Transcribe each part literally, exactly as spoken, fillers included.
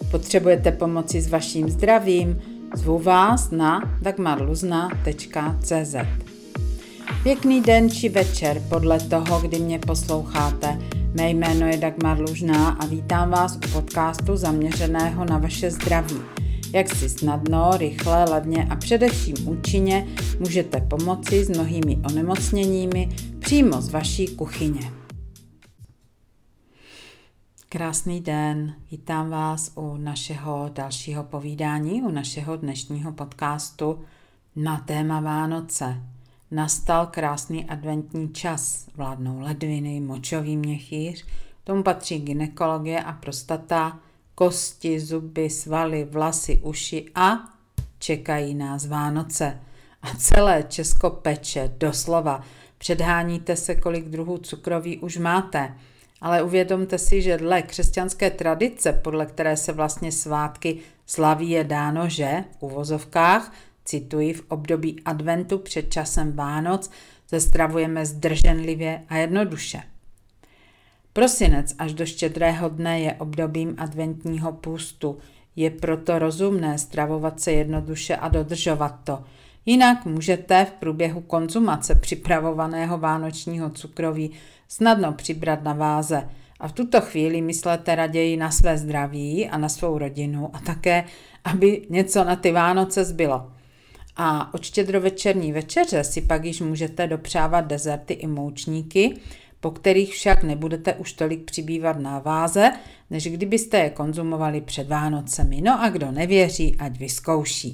Potřebujete pomoci s vaším zdravím? Zvu vás na dagmarluzna tečka cé zet. Pěkný den či večer podle toho, kdy mě posloucháte. Mé jméno je Dagmar Lužná a vítám vás u podcastu zaměřeného na vaše zdraví. Jak si snadno, rychle, levně a především účinně můžete pomoci s mnohými onemocněními přímo z vaší kuchyně. Krásný den, vítám vás u našeho dalšího povídání, u našeho dnešního podcastu na téma Vánoce. Nastal krásný adventní čas, vládnou ledviny, močový měchýř, tomu patří gynekologie a prostata, kosti, zuby, svaly, vlasy, uši a čekají nás Vánoce. A celé Česko peče, doslova. Předháníte se, kolik druhů cukroví už máte. Ale uvědomte si, že dle křesťanské tradice, podle které se vlastně svátky slaví, je dáno, že v uvozovkách, cituji, v období adventu před časem Vánoc se stravujeme zdrženlivě a jednoduše. Prosinec až do štědrého dne je obdobím adventního půstu. Je proto rozumné stravovat se jednoduše a dodržovat to. Jinak můžete v průběhu konzumace připravovaného vánočního cukroví snadno přibrat na váze. A v tuto chvíli myslete raději na své zdraví a na svou rodinu a také, aby něco na ty Vánoce zbylo. A od štědrovečerní večeře si pak již můžete dopřávat dezerty i moučníky, po kterých však nebudete už tolik přibývat na váze, než kdybyste je konzumovali před Vánocemi. No a kdo nevěří, ať vyzkouší.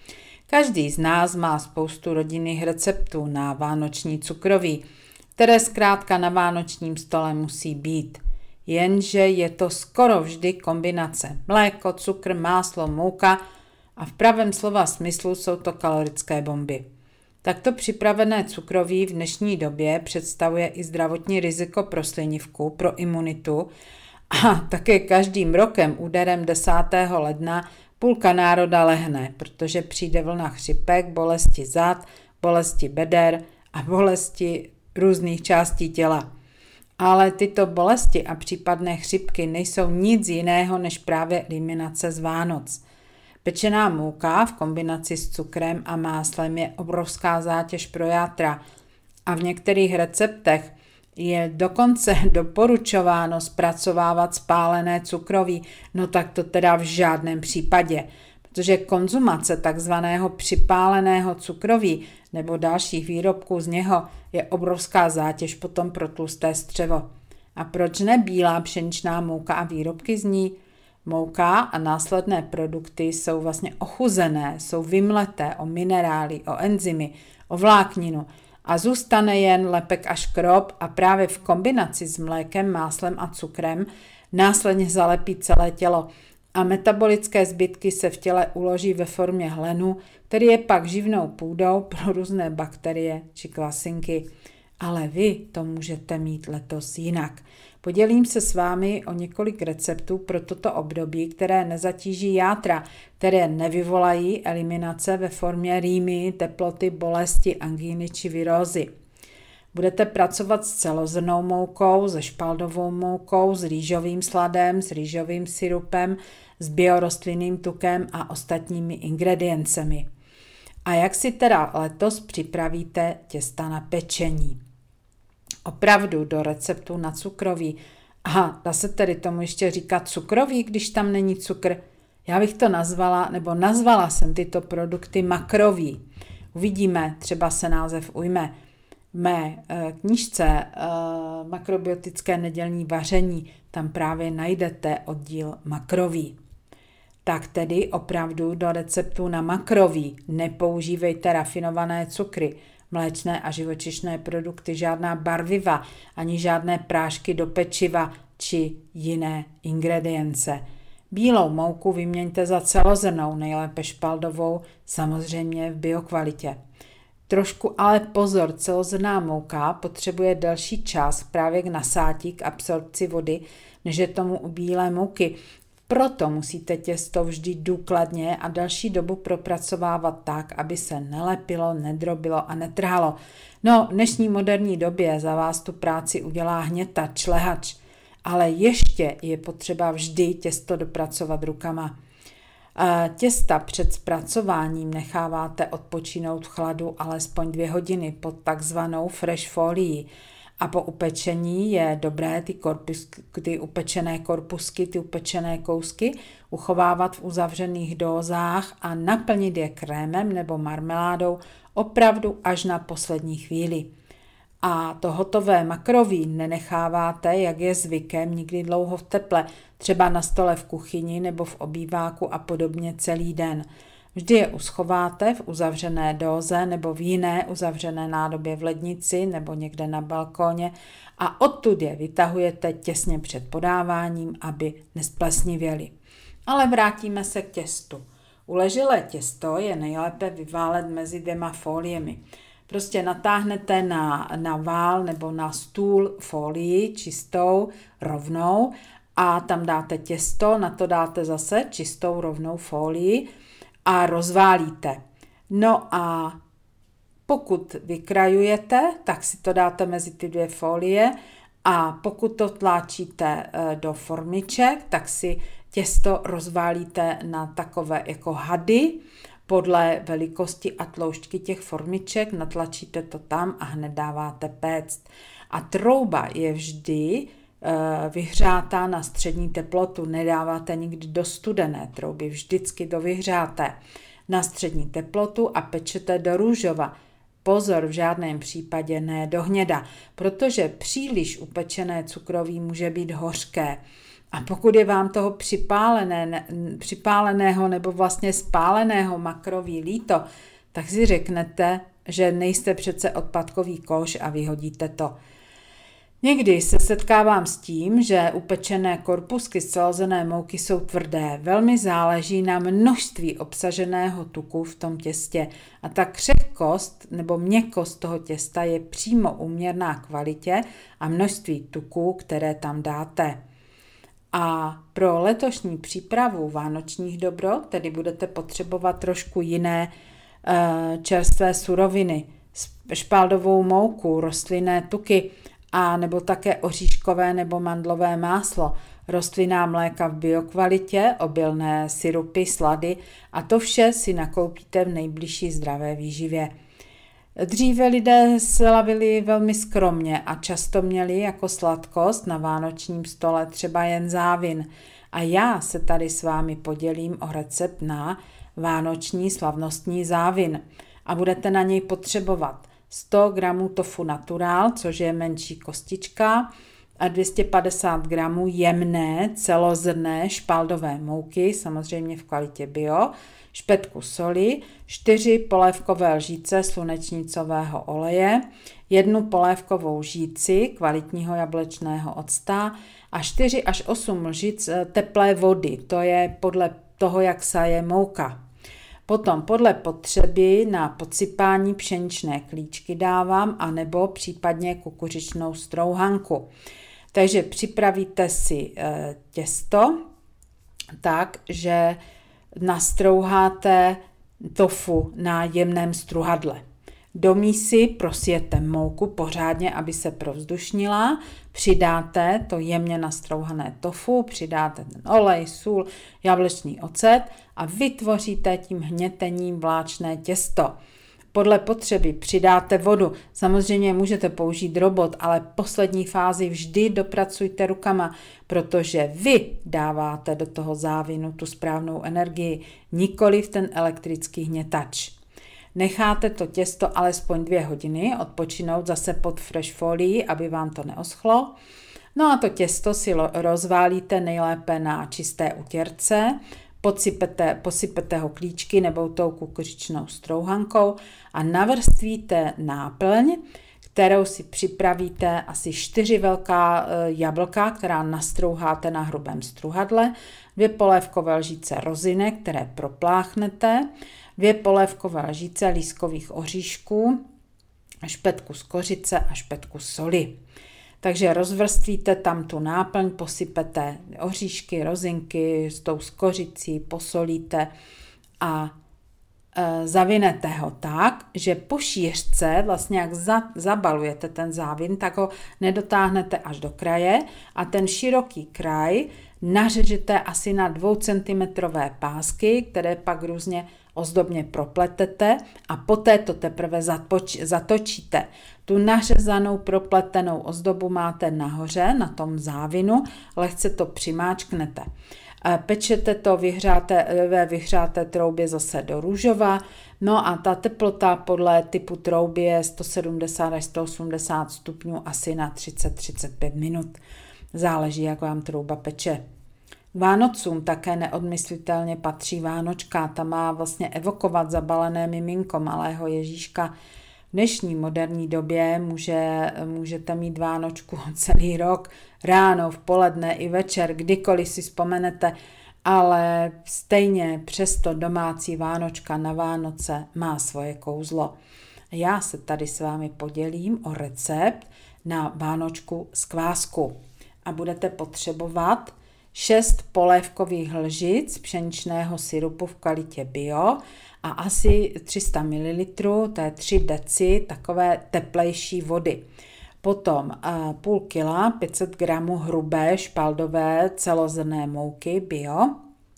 Každý z nás má spoustu rodinných receptů na vánoční cukroví, které zkrátka na vánočním stole musí být. Jenže je to skoro vždy kombinace mléko, cukr, máslo, mouka a v pravém slova smyslu jsou to kalorické bomby. Takto připravené cukroví v dnešní době představuje i zdravotní riziko pro slinivku, pro imunitu a také každým rokem úderem desátého ledna půlka národa lehne, protože přijde vlna chřipek, bolesti zad, bolesti beder a bolesti různých částí těla. Ale tyto bolesti a případné chřipky nejsou nic jiného než právě eliminace z Vánoc. Pečená mouka v kombinaci s cukrem a máslem je obrovská zátěž pro játra a v některých receptech je dokonce doporučováno zpracovávat spálené cukroví, no tak to teda v žádném případě, protože konzumace takzvaného připáleného cukroví nebo dalších výrobků z něho je obrovská zátěž potom pro tlusté střevo. A proč ne bílá pšeničná mouka a výrobky z ní? Mouka a následné produkty jsou vlastně ochuzené, jsou vymleté o minerály, o enzymy, o vlákninu a zůstane jen lepek a škrob a právě v kombinaci s mlékem, máslem a cukrem následně zalepí celé tělo a metabolické zbytky se v těle uloží ve formě hlenu, který je pak živnou půdou pro různé bakterie či kvasinky. Ale vy to můžete mít letos jinak. Podělím se s vámi o několik receptů pro toto období, které nezatíží játra, které nevyvolají eliminace ve formě rýmy, teploty, bolesti, angíny či virózy. Budete pracovat s celozrnnou moukou, se špaldovou moukou, s rýžovým sladem, s rýžovým syrupem, s biorostlinným tukem a ostatními ingrediencemi. A jak si teda letos připravíte těsta na pečení? Opravdu do receptu na cukroví. Aha, dá se tedy tomu ještě říkat cukroví, když tam není cukr? Já bych to nazvala, nebo nazvala jsem tyto produkty makroví. Uvidíme, třeba se název ujme. V mé e, knížce e, Makrobiotické nedělní vaření, tam právě najdete oddíl makroví. Tak tedy opravdu do receptu na makroví nepoužívejte rafinované cukry, mléčné a živočišné produkty, žádná barviva, ani žádné prášky do pečiva či jiné ingredience. Bílou mouku vyměňte za celozrnnou, nejlépe špaldovou, samozřejmě v biokvalitě. Trošku ale pozor, celozrnná mouka potřebuje delší čas právě k nasátí, k absorpci vody, než je tomu u bílé mouky. Proto musíte těsto vždy důkladně a další dobu propracovávat tak, aby se nelepilo, nedrobilo a netrhalo. No, v dnešní moderní době za vás tu práci udělá hnětač, lehač. ale ještě je potřeba vždy těsto dopracovat rukama. Těsta před zpracováním necháváte odpočinout v chladu alespoň dvě hodiny pod takzvanou fresh folií a po upečení je dobré ty, korpusky, ty upečené korpusky, ty upečené kousky uchovávat v uzavřených dózách a naplnit je krémem nebo marmeládou opravdu až na poslední chvíli. A to hotové makroví nenecháváte, jak je zvykem, nikdy dlouho v teple, třeba na stole v kuchyni nebo v obýváku a podobně celý den. Vždy je uschováte v uzavřené dóze nebo v jiné uzavřené nádobě v lednici nebo někde na balkóně a odtud je vytahujete těsně před podáváním, aby nesplesnivěly. Ale vrátíme se k těstu. Uleželé těsto je nejlépe vyválet mezi dvěma fóliemi. Prostě natáhnete na, na vál nebo na stůl folii čistou, rovnou a tam dáte těsto, na to dáte zase čistou, rovnou folii a rozválíte. No a pokud vykrajujete, tak si to dáte mezi ty dvě folie a pokud to tláčíte do formiček, tak si těsto rozválíte na takové jako hady, podle velikosti a tloušťky těch formiček, natlačíte to tam a hned dáváte péct. A trouba je vždy e, vyhřátá na střední teplotu, nedáváte nikdy do studené trouby, vždycky to vyhřáte na střední teplotu a pečete do růžova. Pozor, v žádném případě ne do hněda, protože příliš upečené cukroví může být hořké. A pokud je vám toho připálené, připáleného nebo vlastně spáleného makroví líto, tak si řeknete, že nejste přece odpadkový koš a vyhodíte to. Někdy se setkávám s tím, že upečené korpusky z celozenné mouky jsou tvrdé. Velmi záleží na množství obsaženého tuku v tom těstě a ta křehkost nebo měkkost toho těsta je přímo úměrná kvalitě a množství tuku, které tam dáte. A pro letošní přípravu vánočních dobrot tedy budete potřebovat trošku jiné e, čerstvé suroviny, špaldovou mouku, rostlinné tuky a nebo také oříškové nebo mandlové máslo, rostlinná mléka v biokvalitě, obilné syrupy, slady a to vše si nakoupíte v nejbližší zdravé výživě. Dříve lidé slavili velmi skromně a často měli jako sladkost na vánočním stole třeba jen závin. A já se tady s vámi podělím o recept na vánoční slavnostní závin. A budete na něj potřebovat sto gramů tofu natural, což je menší kostička, a dvě stě padesát gramů jemné celozrnné špaldové mouky, samozřejmě v kvalitě bio, špetku soli, čtyři polévkové lžíce slunečnicového oleje, jednu polévkovou lžíci kvalitního jablečného octa a čtyři až osm lžic teplé vody, to je podle toho, jak saje mouka. Potom podle potřeby na podsypání pšeničné klíčky dávám, anebo případně kukuřičnou strouhanku. Takže připravíte si těsto tak, že nastrouháte tofu na jemném struhadle. Do mísy prosijete mouku pořádně, aby se provzdušnila, přidáte to jemně nastrouhané tofu, přidáte ten olej, sůl, jablečný ocet a vytvoříte tím hnětením vláčné těsto. Podle potřeby přidáte vodu. Samozřejmě můžete použít robot, ale poslední fázi vždy dopracujte rukama, protože vy dáváte do toho závinu tu správnou energii, nikoliv ten elektrický hnětač. Necháte to těsto alespoň dvě hodiny odpočinout zase pod fresh folií, aby vám to neoschlo. No a to těsto si rozválíte nejlépe na čisté utěrce, Posypete, posypete ho klíčky nebo tou kukuřičnou strouhankou a navrstvíte náplň, kterou si připravíte asi čtyři velká jablka, která nastrouháte na hrubém struhadle, dvě polévkové lžíce rozinek, které propláchnete, dvě polévkové lžíce lískových oříšků, špetku z kořice a špetku soli. Takže rozvrstvíte tam tu náplň, posypete oříšky, rozinky s tou skořicí, posolíte a zavinete ho tak, že po šířce, vlastně jak za, zabalujete ten závin, tak ho nedotáhnete až do kraje a ten široký kraj nařežete asi na dvoucentimetrové pásky, které pak různě ozdobně propletete a poté to teprve zatoč, zatočíte. Tu nařezanou propletenou ozdobu máte nahoře na tom závinu, lehce to přimáčknete. Pečete to vyhřáté, ve vyhřáté troubě zase do růžova, no a ta teplota podle typu trouby je sto sedmdesát až sto osmdesát stupňů asi na třicet až třicet pět minut. Záleží, jak vám trouba peče. K Vánocům také neodmyslitelně patří Vánočka, ta má vlastně evokovat zabalené miminko malého Ježíška. V dnešní moderní době může, můžete mít Vánočku celý rok, ráno, v poledne i večer, kdykoliv si vzpomenete, ale stejně přesto domácí Vánočka na Vánoce má svoje kouzlo. Já se tady s vámi podělím o recept na Vánočku z kvásku a budete potřebovat šest polévkových lžic pšeničného syrupu v kvalitě bio a asi tři sta mililitrů, to je tři deci takové teplejší vody. Potom půl kila, pět set gramů hrubé špaldové celozrnné mouky bio,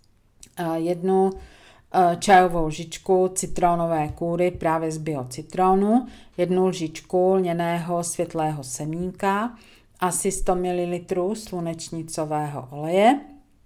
jednu čajovou lžičku citronové kůry právě z biocitronu, jednu lžičku lněného světlého semínka, asi sto mililitrů slunečnicového oleje,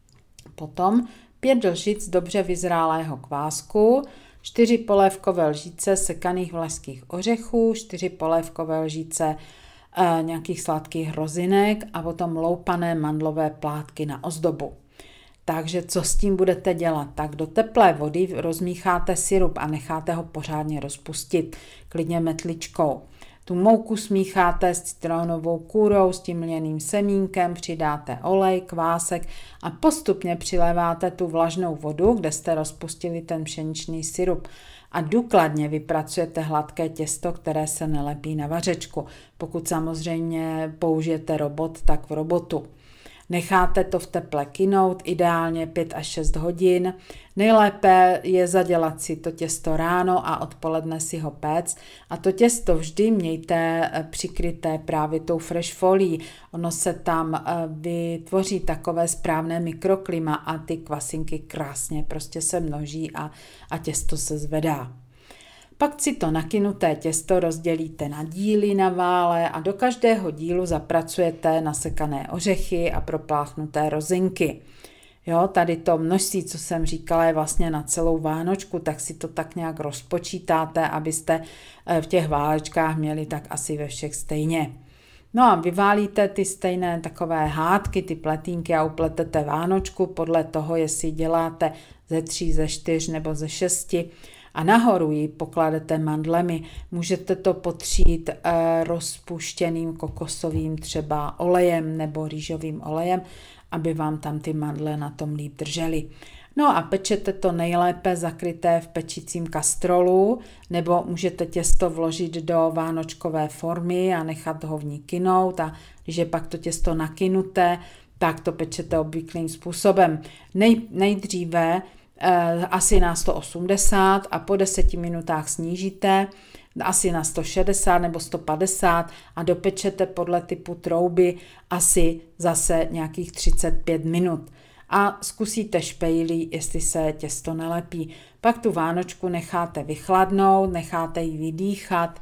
potom pět lžic dobře vyzrálého kvásku, čtyři polévkové lžice sekaných vlašských ořechů, čtyři polévkové lžice e, nějakých sladkých hrozinek a potom loupané mandlové plátky na ozdobu. Takže co s tím budete dělat? Tak do teplé vody rozmícháte syrup a necháte ho pořádně rozpustit, klidně metličkou. Tu mouku smícháte s citronovou kůrou, s tím mlněným semínkem, přidáte olej, kvásek a postupně přiléváte tu vlažnou vodu, kde jste rozpustili ten pšeničný syrup. A důkladně vypracujete hladké těsto, které se nelepí na vařečku. Pokud samozřejmě použijete robot, tak v robotu. Necháte to v teple kynout, ideálně pět až šest hodin. Nejlépe je zadělat si to těsto ráno a odpoledne si ho péct. A to těsto vždy mějte přikryté právě tou fresh folií. Ono se tam vytvoří takové správné mikroklima a ty kvasinky krásně prostě se množí a, a těsto se zvedá. Pak si to nakynuté těsto rozdělíte na díly na vále a do každého dílu zapracujete nasekané ořechy a propláchnuté rozinky. Jo, tady to množství, co jsem říkala, je vlastně na celou Vánočku, tak si to tak nějak rozpočítáte, abyste v těch válečkách měli tak asi ve všech stejně. No a vyválíte ty stejné takové hádky, ty pletínky a upletete Vánočku podle toho, jestli děláte ze tří, ze čtyř nebo ze šesti. A nahoru ji pokladete mandlemi. Můžete to potřít e, rozpuštěným kokosovým třeba olejem nebo rýžovým olejem, aby vám tam ty mandle na tom líp držely. No a pečete to nejlépe zakryté v pečícím kastrolu, nebo můžete těsto vložit do vánočkové formy a nechat ho v ní kynout a když je pak to těsto nakynuté, tak to pečete obvyklým způsobem. Nej, nejdříve asi na sto osmdesát a po deseti minutách snížíte asi na sto šedesát nebo sto padesát a dopečete podle typu trouby asi zase nějakých třicet pět minut. A zkusíte špejlí, jestli se těsto nelepí. Pak tu Vánočku necháte vychladnout, necháte ji vydýchat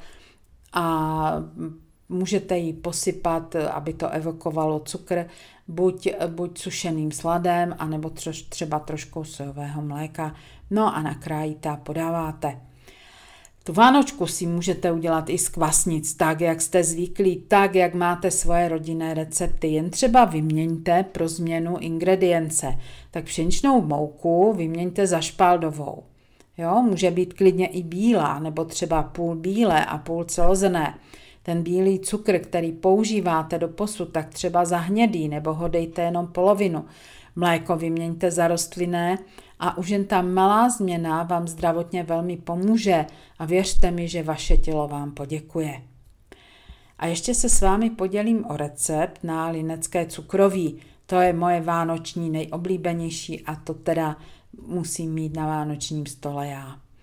a můžete ji posypat, aby to evokovalo cukr, buď, buď sušeným sladem, anebo troš, třeba troškou sojového mléka. No a nakrájíte a podáváte. Tu Vánočku si můžete udělat i z kvasnic, tak jak jste zvyklí, tak jak máte svoje rodinné recepty. Jen třeba vyměňte pro změnu ingredience. Tak pšeničnou mouku vyměňte za špaldovou. Jo, může být klidně i bílá, nebo třeba půl bílé a půl celozrnné. Ten bílý cukr, který používáte do posud, tak třeba za hnědý, nebo ho dejte jenom polovinu. Mléko vyměňte za rostlinné a už jen ta malá změna vám zdravotně velmi pomůže a věřte mi, že vaše tělo vám poděkuje. A ještě se s vámi podělím o recept na linecké cukroví. To je moje vánoční nejoblíbenější a to teda musím mít na vánočním stole já.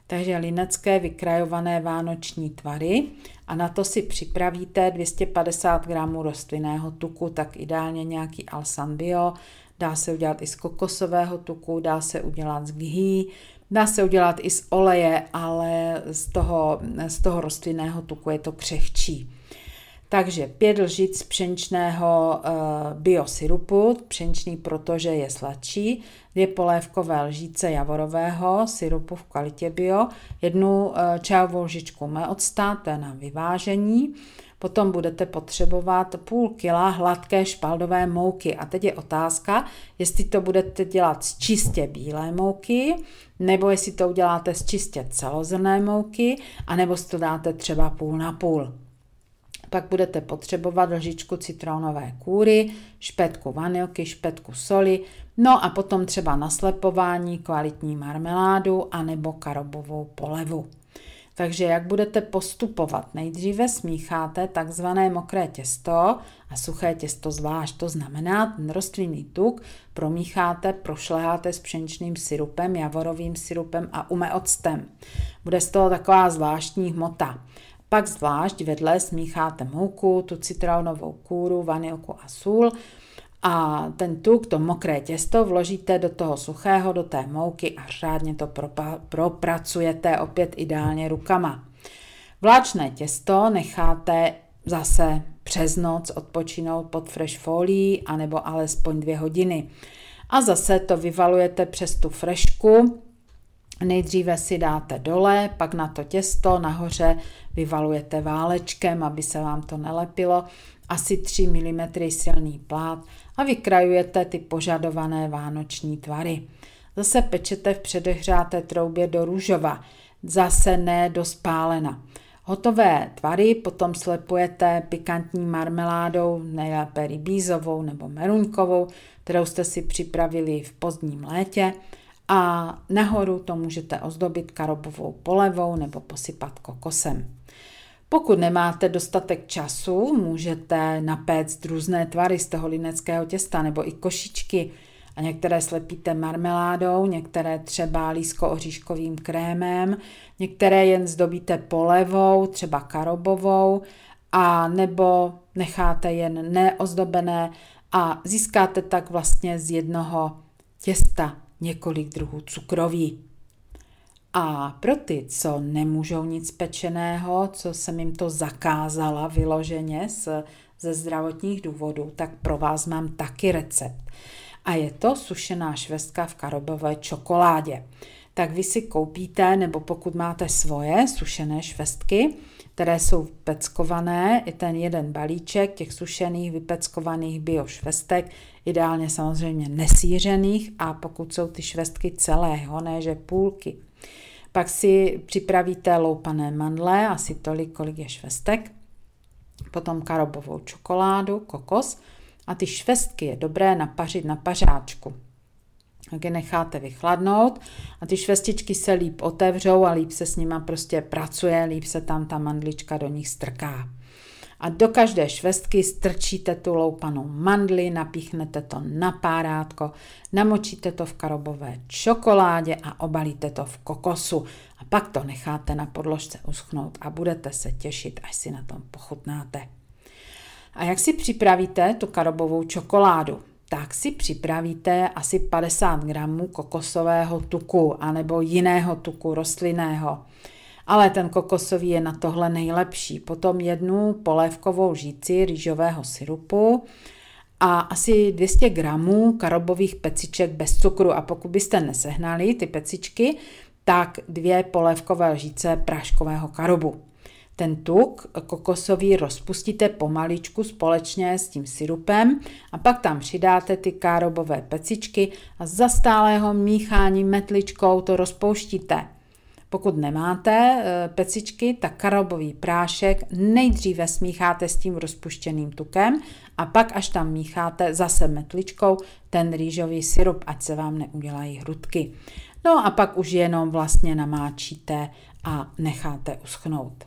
Takže linecké vykrajované vánoční tvary a na to si připravíte dvě stě padesát gramů rostlinného tuku, tak ideálně nějaký Alsan Bio, dá se udělat i z kokosového tuku, dá se udělat z ghee, dá se udělat i z oleje, ale z toho, z toho rostlinného tuku je to křehčí. Takže pět lžic pšeničného e, bio syrupu, pšeničný, protože je sladší, dvě polévkové lžíce javorového syrupu v kvalitě bio, jednu e, čajovou lžičku meocta, to je na vyvážení, potom budete potřebovat půl kila hladké špaldové mouky. A teď je otázka, jestli to budete dělat z čistě bílé mouky, nebo jestli to uděláte z čistě celozrnné mouky, anebo si to dáte třeba půl na půl. Pak budete potřebovat lžičku citronové kůry, špetku vanilky, špetku soli, no a potom třeba na slepování kvalitní marmeládu anebo karobovou polevu. Takže jak budete postupovat? Nejdříve smícháte takzvané mokré těsto a suché těsto zvlášť. To znamená, ten rostlinný tuk promícháte, prošleháte s pšeničným syrupem, javorovým syrupem a umeoctem. Bude z toho taková zvláštní hmota. Pak zvlášť vedle smícháte mouku, tu citronovou kůru, vanilku a sůl a ten tuk, to mokré těsto vložíte do toho suchého, do té mouky a řádně to propa- propracujete opět ideálně rukama. Vláčné těsto necháte zase přes noc odpočinout pod fresh folií anebo alespoň dvě hodiny. A zase to vyvalujete přes tu frešku. Nejdříve si dáte dole, pak na to těsto nahoře vyvalujete válečkem, aby se vám to nelepilo, asi tři milimetry silný plát a vykrajujete ty požadované vánoční tvary. Zase pečete v předehřáté troubě do růžova, zase ne do spálena. Hotové tvary potom slepujete pikantní marmeládou, nejlépe rybízovou nebo meruňkovou, kterou jste si připravili v pozdním létě. A nahoru to můžete ozdobit karobovou polevou nebo posypat kokosem. Pokud nemáte dostatek času, můžete napéct různé tvary z toho lineckého těsta nebo i košičky a některé slepíte marmeládou, některé třeba lísko-oříškovým krémem, některé jen zdobíte polevou, třeba karobovou, a nebo necháte jen neozdobené a získáte tak vlastně z jednoho těsta několik druhů cukroví. A pro ty, co nemůžou nic pečeného, co jsem jim to zakázala vyloženě z, ze zdravotních důvodů, tak pro vás mám taky recept. A je to sušená švestka v karobové čokoládě. Tak vy si koupíte, nebo pokud máte svoje sušené švestky, které jsou vypeckované, je ten jeden balíček těch sušených vypeckovaných bio švestek, ideálně samozřejmě nesýřených, a pokud jsou ty švestky celého, ne že půlky. Pak si připravíte loupané mandle, asi tolik, kolik je švestek, potom karobovou čokoládu, kokos a ty švestky je dobré napařit na pařáčku. Tak je necháte vychladnout a ty švestičky se líp otevřou a líp se s nima prostě pracuje, líp se tam ta mandlička do nich strká. A do každé švestky strčíte tu loupanou mandli, napíchnete to na párátko, namočíte to v karobové čokoládě a obalíte to v kokosu. A pak to necháte na podložce uschnout a budete se těšit, až si na tom pochutnáte. A jak si připravíte tu karobovou čokoládu? Tak si připravíte asi padesát gramů kokosového tuku anebo jiného tuku rostlinného. Ale ten kokosový je na tohle nejlepší. Potom jednu polévkovou lžíci rýžového syrupu a asi dvě stě gramů karobových peciček bez cukru. A pokud byste nesehnali ty pecičky, tak dvě polévkové lžíce práškového karobu. Ten tuk kokosový rozpustíte pomaličku společně s tím syrupem a pak tam přidáte ty karobové pecičky a za stálého míchání metličkou to rozpouštíte. Pokud nemáte pecičky, tak karobový prášek nejdříve smícháte s tím rozpuštěným tukem a pak až tam mícháte zase metličkou ten rýžový syrup, ať se vám neudělají hrudky. No a pak už jenom vlastně namáčíte a necháte uschnout.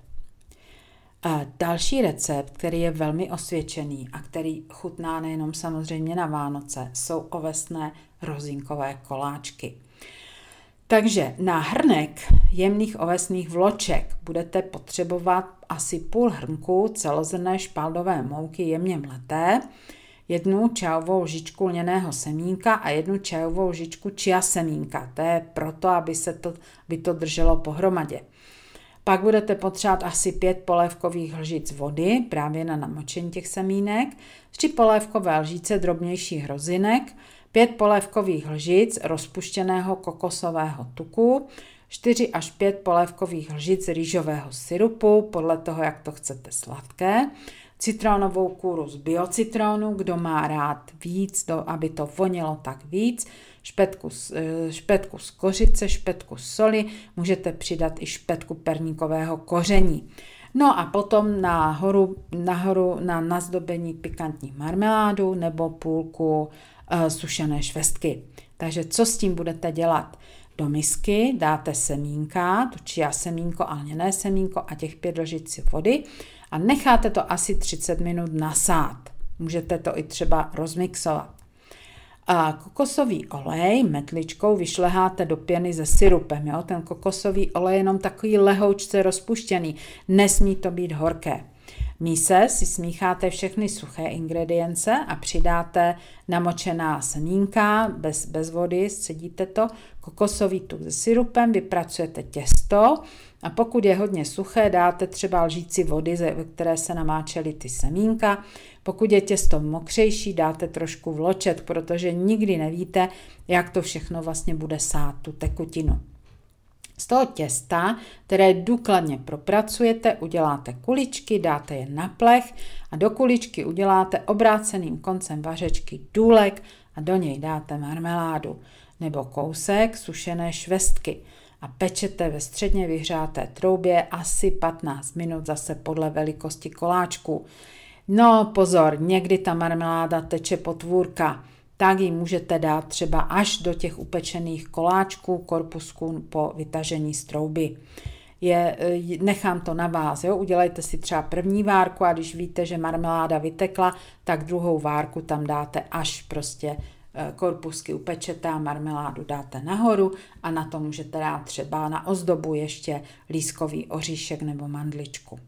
A další recept, který je velmi osvědčený a který chutná nejenom samozřejmě na Vánoce, jsou ovesné rozinkové koláčky. Takže na hrnek jemných ovesných vloček budete potřebovat asi půl hrnku celozrnné špaldové mouky jemně mleté, jednu čajovou lžičku lněného semínka a jednu čajovou lžičku chia semínka. To je proto, aby se to, aby to drželo pohromadě. Pak budete potřebovat asi pět polévkových lžic vody, právě na namočení těch semínek, tři polévkové lžice drobnějších hrozinek, pět polévkových lžic rozpuštěného kokosového tuku, čtyři až pět polévkových lžic rýžového syrupu, podle toho, jak to chcete sladké, citronovou kůru z biocitronu, kdo má rád víc, do, aby to vonilo, tak víc, špetku, špetku z kořice, špetku soli, můžete přidat i špetku perníkového koření. No a potom nahoru, nahoru na nazdobení pikantní marmeládu nebo půlku uh, sušené švestky. Takže co s tím budete dělat? Do misky dáte semínka, to chia semínko a lněné semínko a těch pět lžic vody a necháte to asi třicet minut nasát. Můžete to i třeba rozmixovat. A kokosový olej metličkou vyšleháte do pěny se syrupem. Jo? Ten kokosový olej je jenom takový lehoučce rozpuštěný. Nesmí to být horké. Míse si smícháte všechny suché ingredience a přidáte namočená semínka, bez, bez vody, scedíte to, kokosový tuk se syrupem, vypracujete těsto a pokud je hodně suché, dáte třeba lžíci vody, ve které se namáčely ty semínka. Pokud je těsto mokřejší, dáte trošku vločet, protože nikdy nevíte, jak to všechno vlastně bude sát, tu tekutinu. Z toho těsta, které důkladně propracujete, uděláte kuličky, dáte je na plech a do kuličky uděláte obráceným koncem vařečky důlek a do něj dáte marmeládu nebo kousek sušené švestky a pečete ve středně vyhřáté troubě asi patnáct minut zase podle velikosti koláčku. No pozor, někdy ta marmeláda teče potvůrka, tak ji můžete dát třeba až do těch upečených koláčků, korpusků po vytažení z trouby. Je, nechám to na vás, jo? Udělejte si třeba první várku a když víte, že marmeláda vytekla, tak druhou várku tam dáte, až prostě korpusky upečete a marmeládu dáte nahoru a na to můžete dát třeba na ozdobu ještě lískový oříšek nebo mandličku.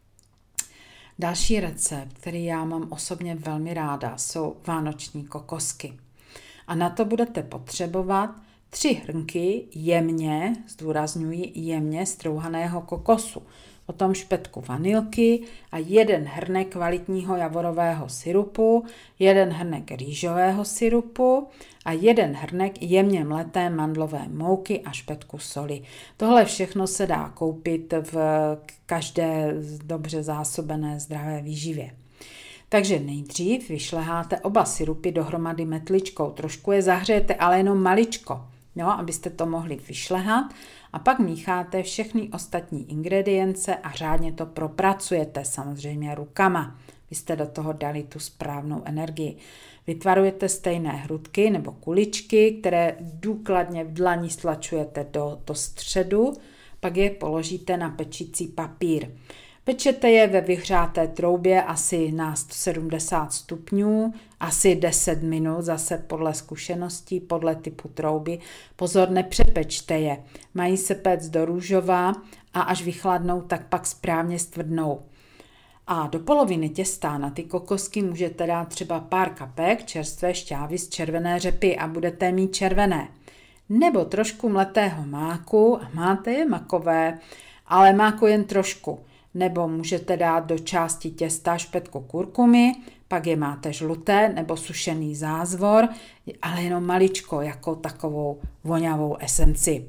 Další recept, který já mám osobně velmi ráda, jsou vánoční kokosky. A na to budete potřebovat tři hrnky jemně, zdůrazňuji jemně strouhaného kokosu, potom špetku vanilky a jeden hrnek kvalitního javorového syrupu, jeden hrnek rýžového syrupu a jeden hrnek jemně mleté mandlové mouky a špetku soli. Tohle všechno se dá koupit v každé dobře zásobené zdravé výživě. Takže nejdřív vyšleháte oba syrupy dohromady metličkou, trošku je zahřejete, ale jenom maličko, jo, abyste to mohli vyšlehat a pak mícháte všechny ostatní ingredience a řádně to propracujete, samozřejmě rukama. Vy jste do toho dali tu správnou energii. Vytvarujete stejné hrudky nebo kuličky, které důkladně v dlani stlačujete do, do středu, pak je položíte na pečící papír. Pečete je ve vyhřáté troubě asi na sto sedmdesát stupňů, asi deset minut, zase podle zkušeností, podle typu trouby. Pozor, nepřepečte je. Mají se péct do růžova a až vychladnou, tak pak správně stvrdnou. A do poloviny těsta na ty kokosky můžete dát třeba pár kapek čerstvé šťávy z červené řepy a budete mít červené. Nebo trošku mletého máku a máte je makové, ale máku jen trošku. Nebo můžete dát do části těsta špetku kurkumy, pak je máte žluté nebo sušený zázvor, ale jenom maličko jako takovou vonavou esenci.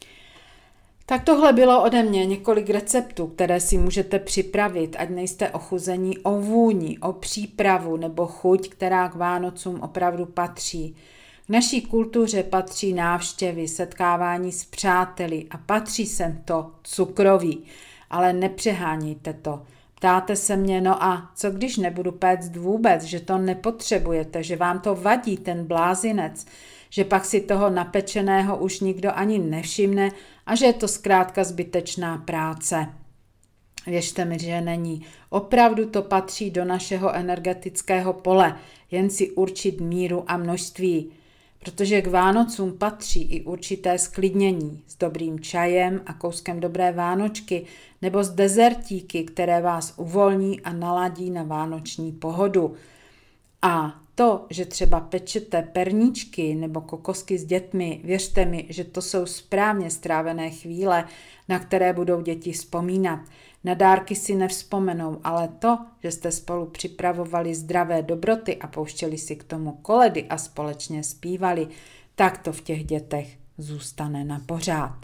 Tak tohle bylo ode mě několik receptů, které si můžete připravit, ať nejste ochuzení o vůni, o přípravu nebo chuť, která k Vánocům opravdu patří. K naší kultuře patří návštěvy, setkávání s přáteli a patří sem to cukroví. Ale nepřehánějte to. Ptáte se mě, no a co když nebudu péct vůbec, že to nepotřebujete, že vám to vadí ten blázinec, že pak si toho napečeného už nikdo ani nevšimne a že je to zkrátka zbytečná práce. Věřte mi, že není. Opravdu to patří do našeho energetického pole, jen si určit míru a množství. protože k Vánocům patří i určité sklidnění s dobrým čajem a kouskem dobré vánočky nebo s dezertíky, které vás uvolní a naladí na vánoční pohodu. A to, že třeba pečete perníčky nebo kokosky s dětmi, věřte mi, že to jsou správně strávené chvíle, na které budou děti vzpomínat. Na dárky si nevzpomenou, ale to, že jste spolu připravovali zdravé dobroty a pouštěli si k tomu koledy a společně zpívali, tak to v těch dětech zůstane na pořád.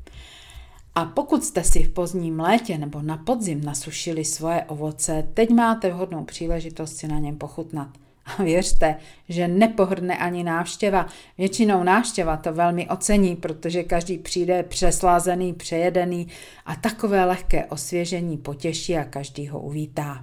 A pokud jste si v pozdním létě nebo na podzim nasušili svoje ovoce, teď máte vhodnou příležitost si na něm pochutnat. A věřte, že nepohrdne ani návštěva. Většinou návštěva to velmi ocení, protože každý přijde přeslázený, přejedený a takové lehké osvěžení potěší a každý ho uvítá.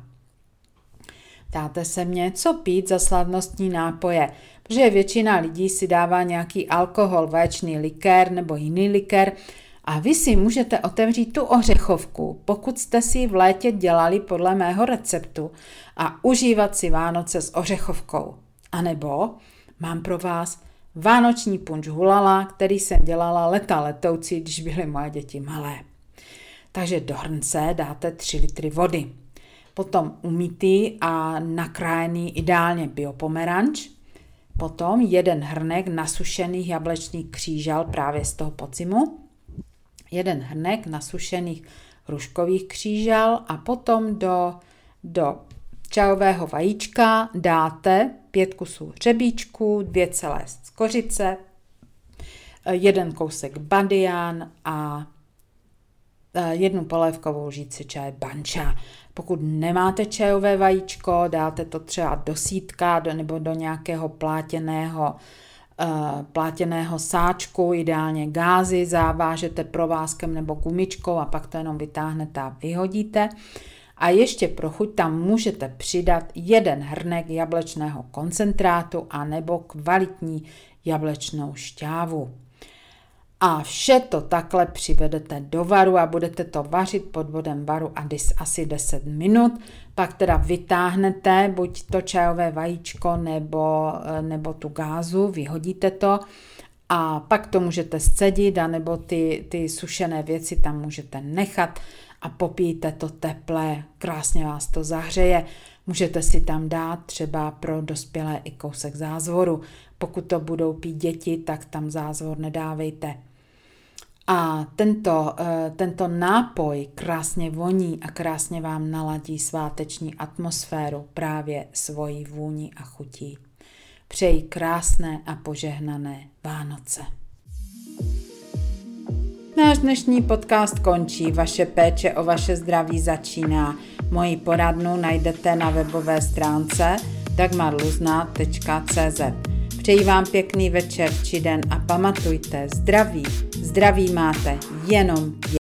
Ptáte se mě, co pít za slavnostní nápoje, protože většina lidí si dává nějaký alkohol, vaječný likér nebo jiný likér, a vy si můžete otevřít tu ořechovku, pokud jste si ji v létě dělali podle mého receptu, a užívat si Vánoce s ořechovkou. A nebo mám pro vás vánoční punč hulala, který jsem dělala leta letoucí, když byly moje děti malé. Takže do hrnce dáte tři litry vody. Potom umytý a nakrájený ideálně biopomeranč. Potom jeden hrnek nasušených jablečných křížal právě z toho podzimu. Jeden hrnek nasušených hruškových křížal a potom do, do čajového vajíčka dáte pět kusů hřebíčku, dvě celé skořice, jeden kousek badian a jednu polévkovou lžíci čaje banča. Pokud nemáte čajové vajíčko, dáte to třeba do sítka do, nebo do nějakého plátěného plátěného sáčku, ideálně gázy, zavážete provázkem nebo gumičkou a pak to jenom vytáhnete a vyhodíte. A ještě pro chuť tam můžete přidat jeden hrnek jablečného koncentrátu a nebo kvalitní jablečnou šťávu. A vše to takhle přivedete do varu a budete to vařit pod vodem varu asi deset minut. Pak teda vytáhnete buď to čajové vajíčko nebo, nebo tu gázu, vyhodíte to a pak to můžete scedit a nebo ty, ty sušené věci tam můžete nechat a popijte to teplé, krásně vás to zahřeje. Můžete si tam dát třeba pro dospělé i kousek zázvoru. Pokud to budou pít děti, tak tam zázvor nedávejte. A tento, tento nápoj krásně voní a krásně vám naladí sváteční atmosféru právě svojí vůní a chutí. Přeji krásné a požehnané Vánoce. Náš dnešní podcast končí, vaše péče o vaše zdraví začíná. Moji poradnu najdete na webové stránce dagmarluzna tečka cé zet. Přeji vám pěkný večer či den a pamatujte, zdraví, zdraví máte jenom